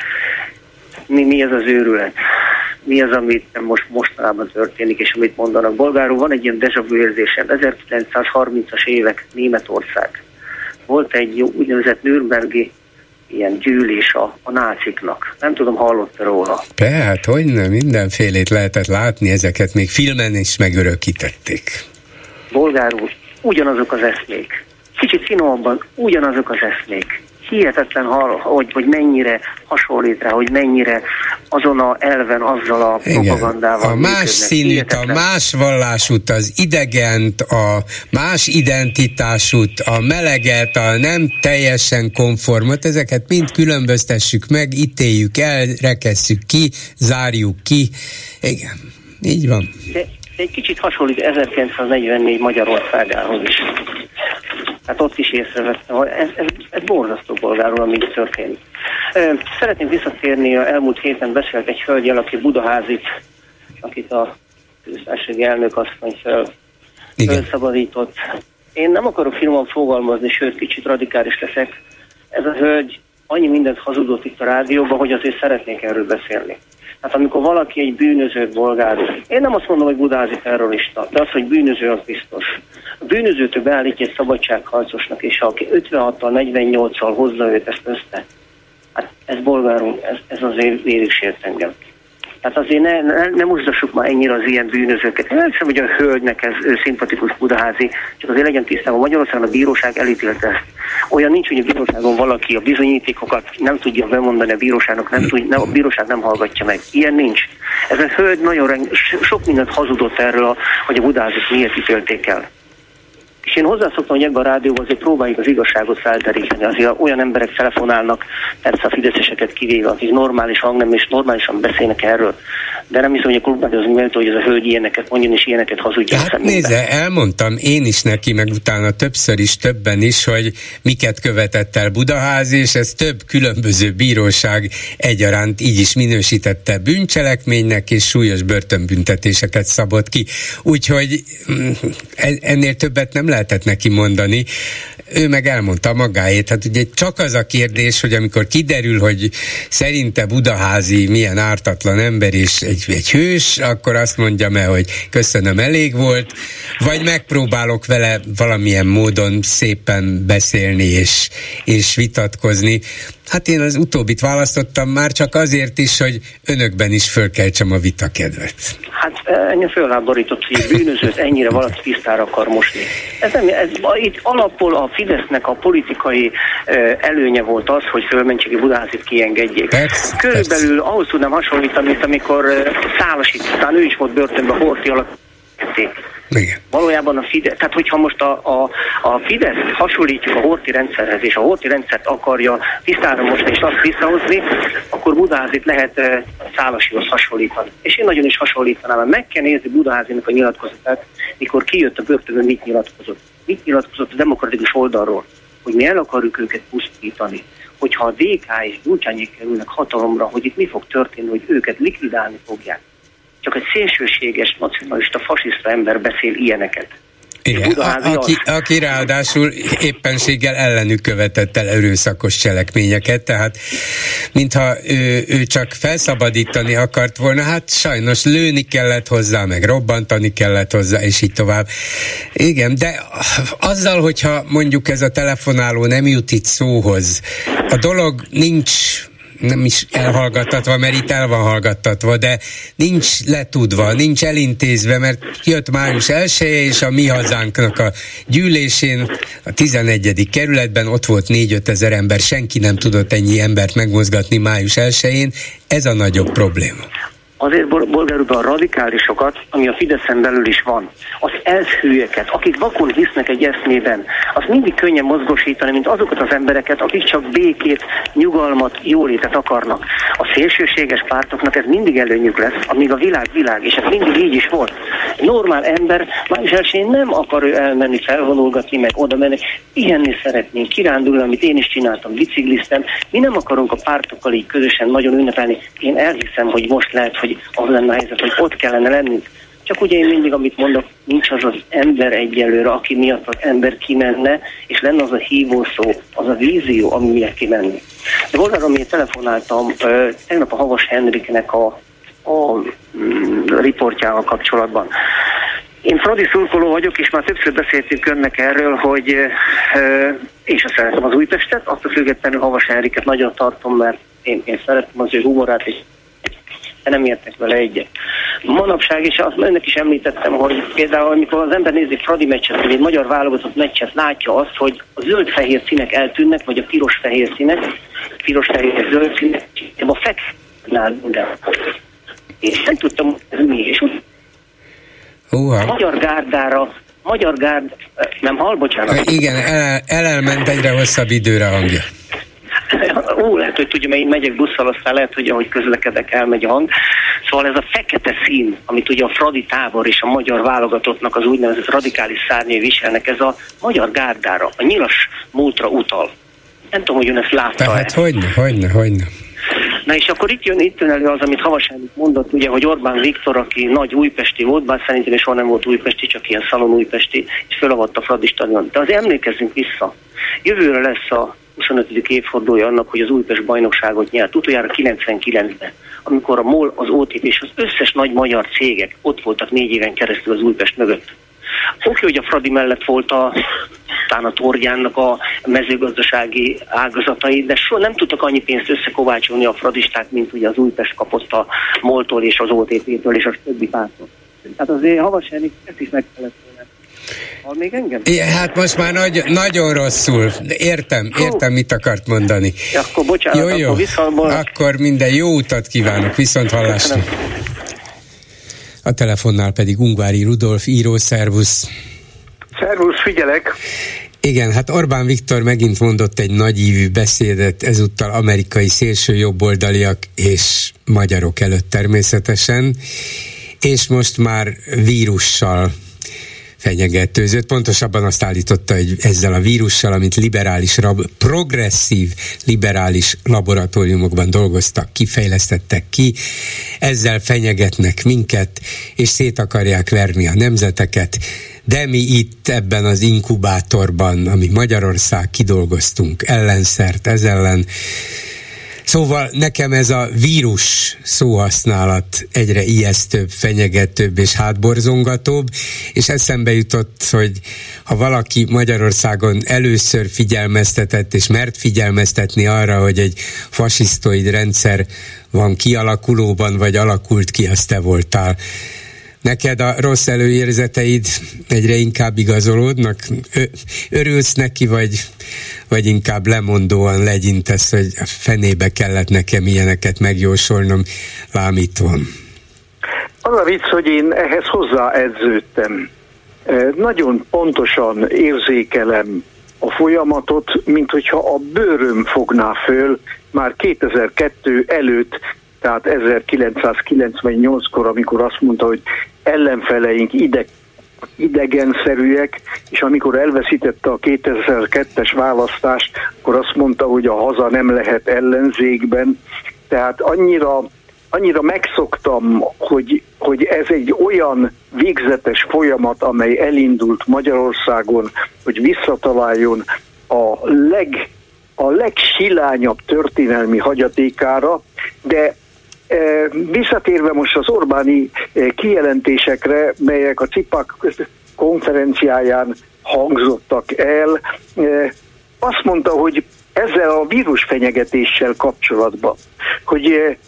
mi ez az őrület? Mi az, amit mostanában történik, és amit mondanak? Bolgár úr, van egy ilyen déjà vu érzésem. 1930-as évek Németország. Volt egy úgynevezett nürnbergi ilyen gyűlés a náciknak. Nem tudom, hallott róla. Hát, hogyne, mindenfélét lehetett látni, ezeket még filmen is megörökítették. Bolgár úr, ugyanazok az eszmék. Kicsit finomabban, ugyanazok az eszmék. Hihetetlen, hogy mennyire hasonlít rá, hogy mennyire azon a elven, azzal a propagandával. A más színűt, a más vallásút, az idegent, a más identitásút, a meleget, a nem teljesen konformot, ezeket mind különböztessük meg, ítéljük el, rekesszük ki, zárjuk ki. Igen, így van. De egy kicsit hasonlít 1944 Magyarországához is. Hát ott is észrevettem, hogy ez borzasztó, bolgáról, ami történik. Szeretném visszatérni, elmúlt héten beszélt egy hölgyel, aki Budaházit, akit a köztársasági elnök asszony felszabadított. Én nem akarok finoman fogalmazni, sőt, kicsit radikális leszek. Ez a hölgy annyi mindent hazudott itt a rádióban, hogy azért szeretnék erről beszélni. Hát amikor valaki egy bűnöző, bolgár, én nem azt mondom, hogy budázi terrorista, de az, hogy bűnöző, az biztos. A bűnözőtől beállítja egy szabadságharcosnak, és aki 56-tal, 48-al hozza őt ezt össze, hát ez, bolgár úr, ez azért végig sért engem. Tehát azért ne mozdassuk már ennyire az ilyen bűnözőket. Én nem hiszem, hogy a hölgynek ez szimpatikus Budaházi, csak azért legyen tisztában, Magyarországon a bíróság elítélte ezt. Olyan nincs, hogy a bíróságon valaki a bizonyítékokat nem tudja bemondani, a bíróságnak a bíróság nem hallgatja meg. Ilyen nincs. Ez a hölgy nagyon sok mindent hazudott erről, hogy a Budaházit miért ítélték el. És én hozzászoktam, hogy ebben a rádióban azért próbáljuk az igazságot felderíteni. Azért olyan emberek telefonálnak, persze a fideszeseket kivéve, akik normális hangnem és normálisan beszélnek erről. De nem hiszem, hogy a klubrádiózni méltó, hogy ez a hölgy ilyeneket mondjon és ilyeneket hazudjon. Hát nézze, elmondtam én is neki, meg utána többször is, többen is, hogy miket követett el Budaházi, és ez több különböző bíróság egyaránt így is minősítette bűncselekménynek, és súlyos börtönbüntetéseket szabott ki. Úgyhogy ennél többet nem lehetett neki mondani. Ő meg elmondta magáét. Hát ugye csak az a kérdés, hogy amikor kiderül, hogy szerinte Budaházi milyen ártatlan ember és egy hős, akkor azt mondjam el, hogy köszönöm, elég volt, vagy megpróbálok vele valamilyen módon szépen beszélni és vitatkozni. Hát én az utóbbit választottam már csak azért is, hogy önökben is fölkeltsem a vitakedvet. Hát engem fölháborított, hogy egy bűnözőt ennyire valaki tisztára akar mosni. Itt alapból a Fidesznek a politikai előnye volt az, hogy fölmentségi Budaházit kiengedjék. Körülbelül ahhoz tudnám hasonlítani, mint amikor Szálasi, aztán ő is volt börtönben, Horthy alatt. Igen. Valójában a Fidesz, tehát hogyha most a Fidesz hasonlítjuk a Horthy rendszerhez, és a Horthy rendszert akarja tisztára mosni és azt visszahozni, akkor Budaházit lehet Szálasihoz hasonlítani. És én nagyon is hasonlítanám, mert meg kell nézni Budaházinak a nyilatkozatát, mikor kijött a börtönből, mit nyilatkozott. Mit nyilatkozott a demokratikus oldalról, hogy mi el akarjuk őket pusztítani. Hogyha a DK és Gyurcsányék kerülnek hatalomra, hogy itt mi fog történni, hogy őket likvidálni fogják. Csak egy szélsőséges, nacionalista, fasiszta ember beszél ilyeneket. Igen, aki ráadásul éppenséggel ellenük követett el erőszakos cselekményeket, tehát mintha ő csak felszabadítani akart volna, hát sajnos lőni kellett hozzá, meg robbantani kellett hozzá, és így tovább. Igen, de azzal, hogyha mondjuk ez a telefonáló nem jut itt szóhoz, a dolog nincs nem is elhallgattatva, mert itt el van hallgattatva, de nincs letudva, nincs elintézve, mert jött május 1-e, és a Mi Hazánknak a gyűlésén, a 11. kerületben ott volt 4-5 ezer ember, senki nem tudott ennyi embert megmozgatni május 1-én, ez a nagyobb probléma. Azért bolgár úr, a radikálisokat, ami a Fideszen belül is van, az elszhűeket, akik vakon hisznek egy eszmében, azt mindig könnyen mozgósítani, mint azokat az embereket, akik csak békét, nyugalmat, jólétet akarnak. A szélsőséges pártoknak ez mindig előnyük lesz, amíg a világ, és ez mindig így is volt. Egy normál ember május 1-én nem akar ő elmenni, felvonulgatni, meg oda menni, pihenni szeretnénk, kirándulni, amit én is csináltam, bicikliztem. Mi nem akarunk a pártokkal így közösen nagyon ünnepelni. Én elhiszem, hogy most lehet, hogy az lenne a helyzet, hogy ott kellene lennünk. Csak ugye én mindig, amit mondok, nincs az az ember egyelőre, aki miatt az ember kimenne, és lenne az a hívószó, az a vízió, ami miatt kimenni. De volna, amiért telefonáltam, tegnap a Havas Henriknek a riportjával kapcsolatban. Én fradi szurkoló vagyok, és már többször beszéltünk önnek erről, hogy én sem szeretem az Újpestet, attól függetlenül Havas Henriket nagyon tartom, mert én szeretem az ő humorát, és nem értek vele egyet. Manapság, és azt önnek is említettem, hogy például amikor az ember nézi Fradi meccset, vagy egy magyar válogatott meccset, látja azt, hogy a zöld-fehér színek eltűnnek, vagy a piros-fehér színek, piros-fehér-zöld színek, a feknál minden. És nem tudtam, ez mi, és a magyar gárd, nem hall, bocsánat. Igen, elment egyre hosszabb időre hangja. Lehet, hogy tudja, mert én megyek busszal, aztán lehet, hogy ahogy közlekedek, elmegy a hang. Szóval ez a fekete szín, amit ugye a Fradi tábor és a magyar válogatottnak az úgynevezett radikális szárnyai viselnek, ez a magyar gárdára, a nyilas múltra utal. Nem tudom, hogy ön ezt látta. Tehát hogyne. Na és akkor itt jön elő az, amit Havas Henrik mondott, ugye, hogy Orbán Viktor, aki nagy újpesti volt, bár szerintem is nem volt újpesti, csak ilyen szalon újpesti, és fölavatta a Fradi stadion. De azért emlékezzünk vissza. Jövőre lesz a 25. évfordulója annak, hogy az Újpest bajnokságot nyert. Utoljára 99-ben, amikor a MOL, az OTP és az összes nagy magyar cégek ott voltak 4 éven keresztül az Újpest mögött. Oké, hogy a Fradi mellett volt talán a Torgyánnak a mezőgazdasági ágazatai, de soha nem tudtak annyi pénzt összekovácsolni a fradisták, mint ugye az Újpest kapott a MOL-tól és az OTP-től és a többi pártól. Tehát azért Havas Henrik ezt is meg kellett volna. Hall még engem? Hát most már nagyon rosszul. Értem, mit akart mondani. Ja, akkor bocsánat, jó. Akkor minden jó utat kívánok, viszont hallásra. A telefonnál pedig Ungvári Rudolf író, szervusz. Szervusz, figyelek. Igen, hát Orbán Viktor megint mondott egy nagyívű beszédet, ezúttal amerikai szélső jobboldaliak és magyarok előtt természetesen, és most már vírussal fenyegetőzött. Pontosabban azt állította, hogy ezzel a vírussal, amit progresszív liberális laboratóriumokban dolgoztak, kifejlesztettek ki, ezzel fenyegetnek minket, és szét akarják verni a nemzeteket, de mi itt ebben az inkubátorban, ami Magyarország, kidolgoztunk ellenszert ez ellen. Szóval nekem ez a vírus szóhasználat egyre ijesztőbb, fenyegetőbb és hátborzongatóbb, és eszembe jutott, hogy ha valaki Magyarországon először figyelmeztetett, és mert figyelmeztetni arra, hogy egy fasisztoid rendszer van kialakulóban, vagy alakult ki, azt te voltál. Neked a rossz előérzeteid egyre inkább igazolódnak? Örülsz neki, vagy inkább lemondóan legyintesz, hogy a fenébe kellett nekem ilyeneket megjósolnom, lám itt van? Az a vicc, hogy én ehhez hozzáedződtem. Nagyon pontosan érzékelem a folyamatot, mint hogyha a bőröm fogná föl már 2002 előtt, tehát 1998-kor, amikor azt mondta, hogy ellenfeleink idegenszerűek, és amikor elveszítette a 2002-es választást, akkor azt mondta, hogy a haza nem lehet ellenzékben. Tehát annyira annyira megszoktam, hogy ez egy olyan végzetes folyamat, amely elindult Magyarországon, hogy visszataláljon a legsilányabb történelmi hagyatékára, de visszatérve most az Orbáni kijelentésekre, melyek a CIPAC konferenciáján hangzottak el, azt mondta, hogy ezzel a vírusfenyegetéssel kapcsolatban, hogy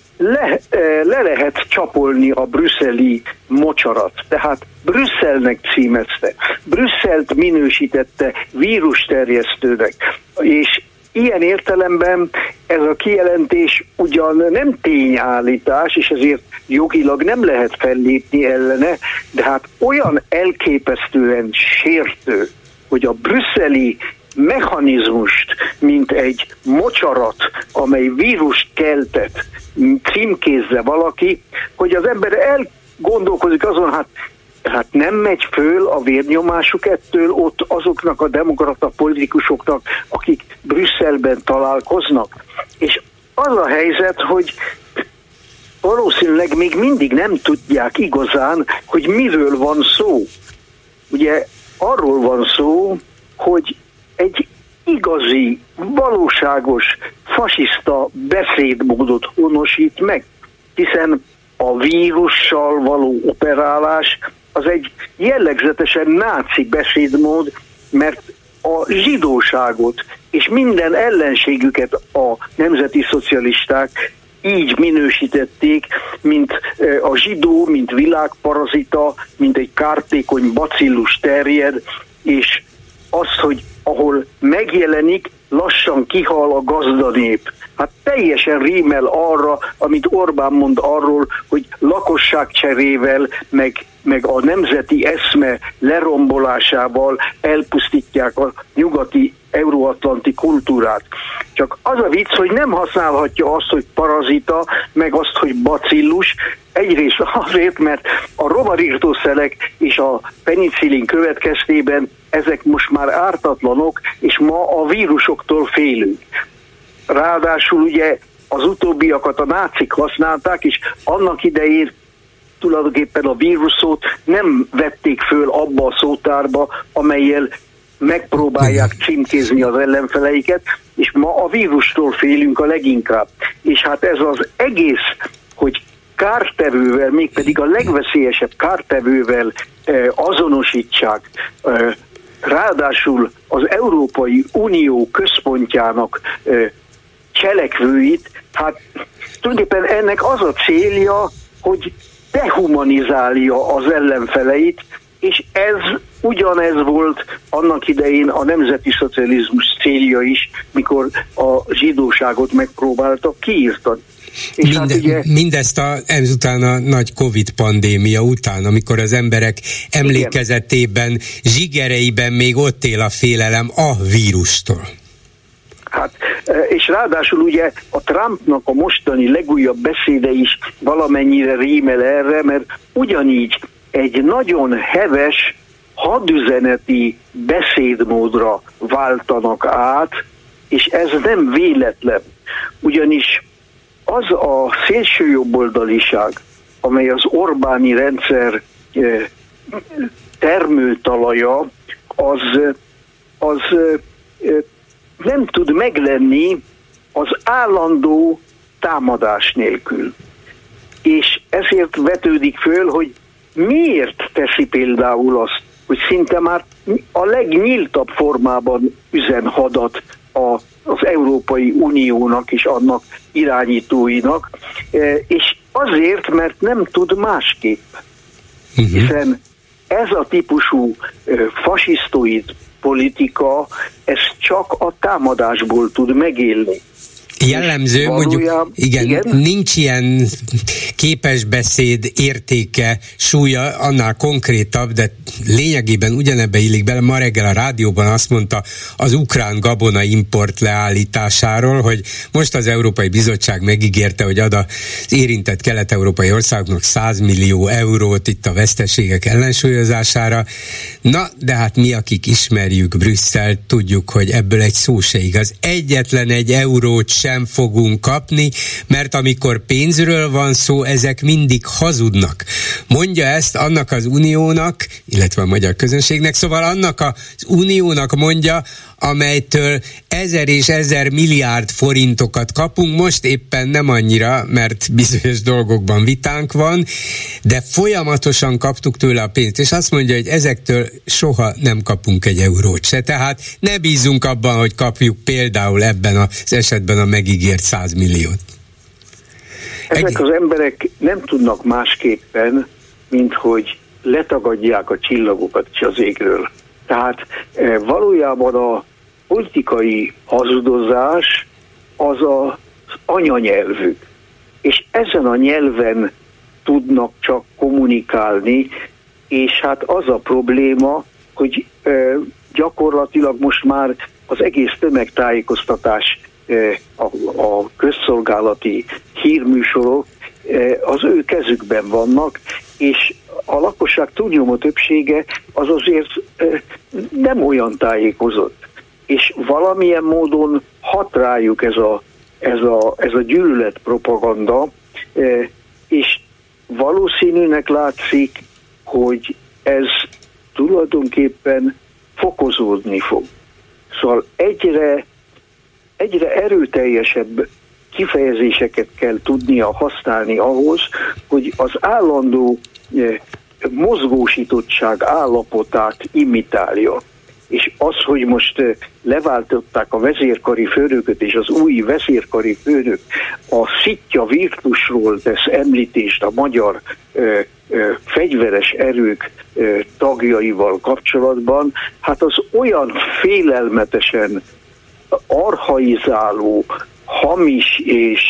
le lehet csapolni a brüsszeli mocsarat. Tehát Brüsszelnek címezte, Brüsszelt minősítette vírusterjesztőnek, és ilyen értelemben ez a kijelentés ugyan nem tényállítás, és ezért jogilag nem lehet fellépni ellene, de hát olyan elképesztően sértő, hogy a brüsszeli mechanizmust, mint egy mocsarat, amely vírust keltett, címkézze valaki, hogy az ember elgondolkozik azon, hát nem megy föl a vérnyomásuk ettől ott azoknak a demokrata politikusoknak, akik Brüsszelben találkoznak. És az a helyzet, hogy valószínűleg még mindig nem tudják igazán, hogy miről van szó. Ugye arról van szó, hogy egy igazi, valóságos, fasiszta beszédmódot honosít meg, hiszen a vírussal való operálás az egy jellegzetesen náci beszédmód, mert a zsidóságot és minden ellenségüket a nemzeti szocialisták így minősítették, mint a zsidó, mint világparazita, mint egy kártékony bacillus terjed, és az, hogy ahol megjelenik, lassan kihal a gazdanép. Hát teljesen rímel arra, amit Orbán mond arról, hogy lakosságcserével, meg a nemzeti eszme lerombolásával elpusztítják a nyugati euróatlanti kultúrát. Csak az a vicc, hogy nem használhatja azt, hogy parazita, meg azt, hogy bacillus, egyrészt azért, mert a rovarírtószerek és a penicillin következtében ezek most már ártatlanok, és ma a vírusoktól félünk. Ráadásul ugye az utóbbiakat a nácik használták, és annak idején tulajdonképpen a víruszót nem vették föl abba a szótárba, amellyel megpróbálják címkézni az ellenfeleiket, és ma a vírustól félünk a leginkább. És hát ez az egész, hogy kártevővel, mégpedig a legveszélyesebb kártevővel azonosítsák, ráadásul az Európai Unió központjának cselekvőit, hát tulajdonképpen ennek az a célja, hogy dehumanizálja az ellenfeleit, és ugyanez volt annak idején a nemzeti szocializmus célja is, mikor a zsidóságot megpróbáltak kiírtani. Mindezt ezután a nagy Covid pandémia után, amikor az emberek emlékezetében, zsigereiben még ott él a félelem a vírustól. Hát, és ráadásul ugye a Trumpnak a mostani legújabb beszéde is valamennyire rímel erre, mert ugyanígy egy nagyon heves hadüzeneti beszédmódra váltanak át, és ez nem véletlen. Ugyanis az a szélsőjobboldaliság, amely az Orbáni rendszer termőtalaja, az nem tud meglenni az állandó támadás nélkül. És ezért vetődik föl, hogy miért teszi például azt, hogy szinte már a legnyíltabb formában üzen hadat az Európai Uniónak és annak irányítóinak, és azért, mert nem tud másképp. Hiszen ez a típusú fasisztoid politika, ez csak a támadásból tud megélni. Jellemző, mondjuk, igen, nincs ilyen képesbeszéd értéke, súlya annál konkrétabb, de lényegében ugyanebbe illik bele. Ma reggel a rádióban azt mondta az ukrán gabona import leállításáról, hogy most az Európai Bizottság megígérte, hogy ad az érintett kelet-európai országoknak 100 millió eurót itt a veszteségek ellensúlyozására. Na, de hát mi, akik ismerjük Brüsszelt, tudjuk, hogy ebből egy szó se igaz. Egyetlen egy eurót sem fogunk kapni, mert amikor pénzről van szó, ezek mindig hazudnak. Mondja ezt annak az uniónak, illetve a magyar közönségnek, szóval annak az uniónak mondja, amelytől 1000 és 1000 milliárd forintokat kapunk, most éppen nem annyira, mert bizonyos dolgokban vitánk van, de folyamatosan kaptuk tőle a pénzt, és azt mondja, hogy ezektől soha nem kapunk egy eurót se, tehát ne bízunk abban, hogy kapjuk például ebben az esetben a megígért 100 milliót. Ezek az emberek nem tudnak másképpen, mint hogy letagadják a csillagokat is az égről. Tehát valójában a politikai hazudozás az az anyanyelvük. És ezen a nyelven tudnak csak kommunikálni, és hát az a probléma, hogy gyakorlatilag most már az egész tömegtájékoztatás, a közszolgálati hírműsorok az ő kezükben vannak, és a lakosság túlnyomó többsége az azért nem olyan tájékozott. És valamilyen módon hat rájuk ez a gyűlöletpropaganda, és valószínűnek látszik, hogy ez tulajdonképpen fokozódni fog. Szóval egyre erőteljesebb kifejezéseket kell tudnia használni ahhoz, hogy az állandó mozgósítottság állapotát imitálja. És az, hogy most leváltották a vezérkari főnököt, és az új vezérkari főnök a szitja virtusról tesz említést a magyar fegyveres erők tagjaival kapcsolatban, hát az olyan félelmetesen archaizáló, hamis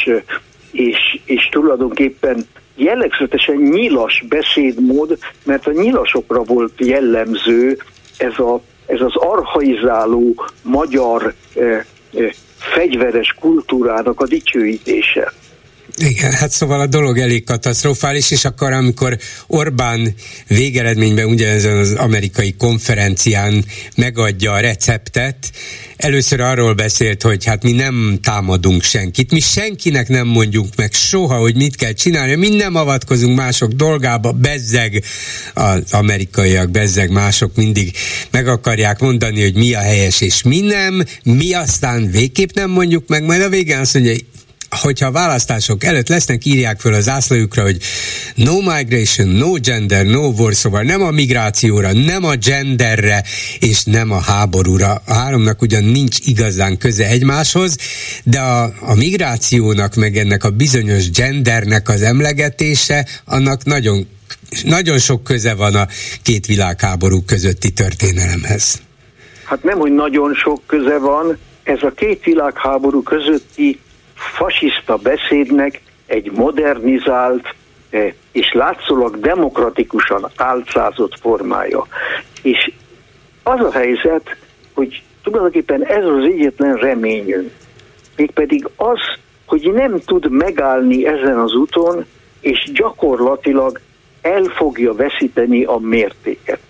és tulajdonképpen jellegzetesen nyilas beszédmód, mert a nyilasokra volt jellemző ez az archaizáló magyar fegyveres kultúrának a dicsőítése. Igen, hát szóval a dolog elég katasztrofális, és akkor, amikor Orbán végeredményben ugyanezen az amerikai konferencián megadja a receptet, először arról beszélt, hogy hát mi nem támadunk senkit, mi senkinek nem mondjuk meg soha, hogy mit kell csinálni, mi nem avatkozunk mások dolgába, bezzeg az amerikaiak, bezzeg mások mindig meg akarják mondani, hogy mi a helyes és mi nem, mi aztán végképp nem mondjuk meg, majd a végén azt mondja, hogyha a választások előtt lesznek, írják föl az zászlójukra, hogy no migration, no gender, no war, szóval nem a migrációra, nem a genderre, és nem a háborúra. A háromnak ugyan nincs igazán köze egymáshoz, de a migrációnak, meg ennek a bizonyos gendernek az emlegetése, annak nagyon, nagyon sok köze van a két világháború közötti történelemhez. Hát nem, hogy nagyon sok köze van, ez a két világháború közötti fasiszta beszédnek egy modernizált és látszólag demokratikusan álcázott formája. És az a helyzet, hogy tulajdonképpen ez az egyetlen reményünk. Mégpedig az, hogy nem tud megállni ezen az úton, és gyakorlatilag el fogja veszíteni a mértéket.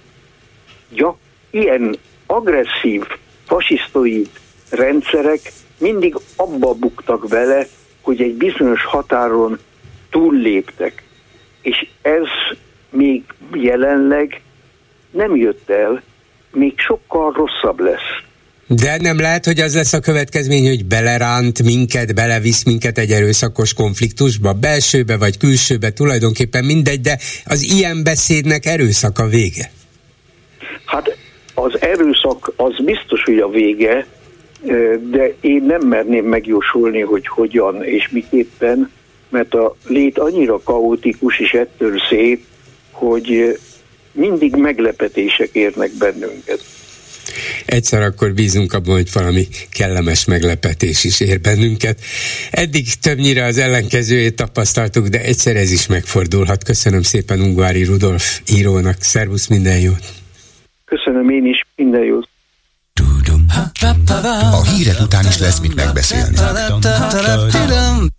Ilyen agresszív, fasisztoid rendszerek mindig abba buktak bele, hogy egy bizonyos határon túlléptek. És ez még jelenleg nem jött el, még sokkal rosszabb lesz. De nem lehet, hogy az lesz a következmény, hogy beleránt minket, belevisz minket egy erőszakos konfliktusba, belsőbe vagy külsőbe, tulajdonképpen mindegy, de az ilyen beszédnek erőszak a vége. Hát az erőszak az biztos, hogy a vége, de én nem merném megjósolni, hogy hogyan és miképpen, mert a lét annyira kaotikus és ettől szép, hogy mindig meglepetések érnek bennünket. egyszer akkor bízunk abban, hogy valami kellemes meglepetés is ér bennünket. Eddig többnyire az ellenkezőjét tapasztaltuk, de egyszer ez is megfordulhat. Köszönöm szépen Ungvári Rudolf írónak. Szervusz, minden jót! Köszönöm én is, minden jót! A hírek után is lesz mit megbeszélni.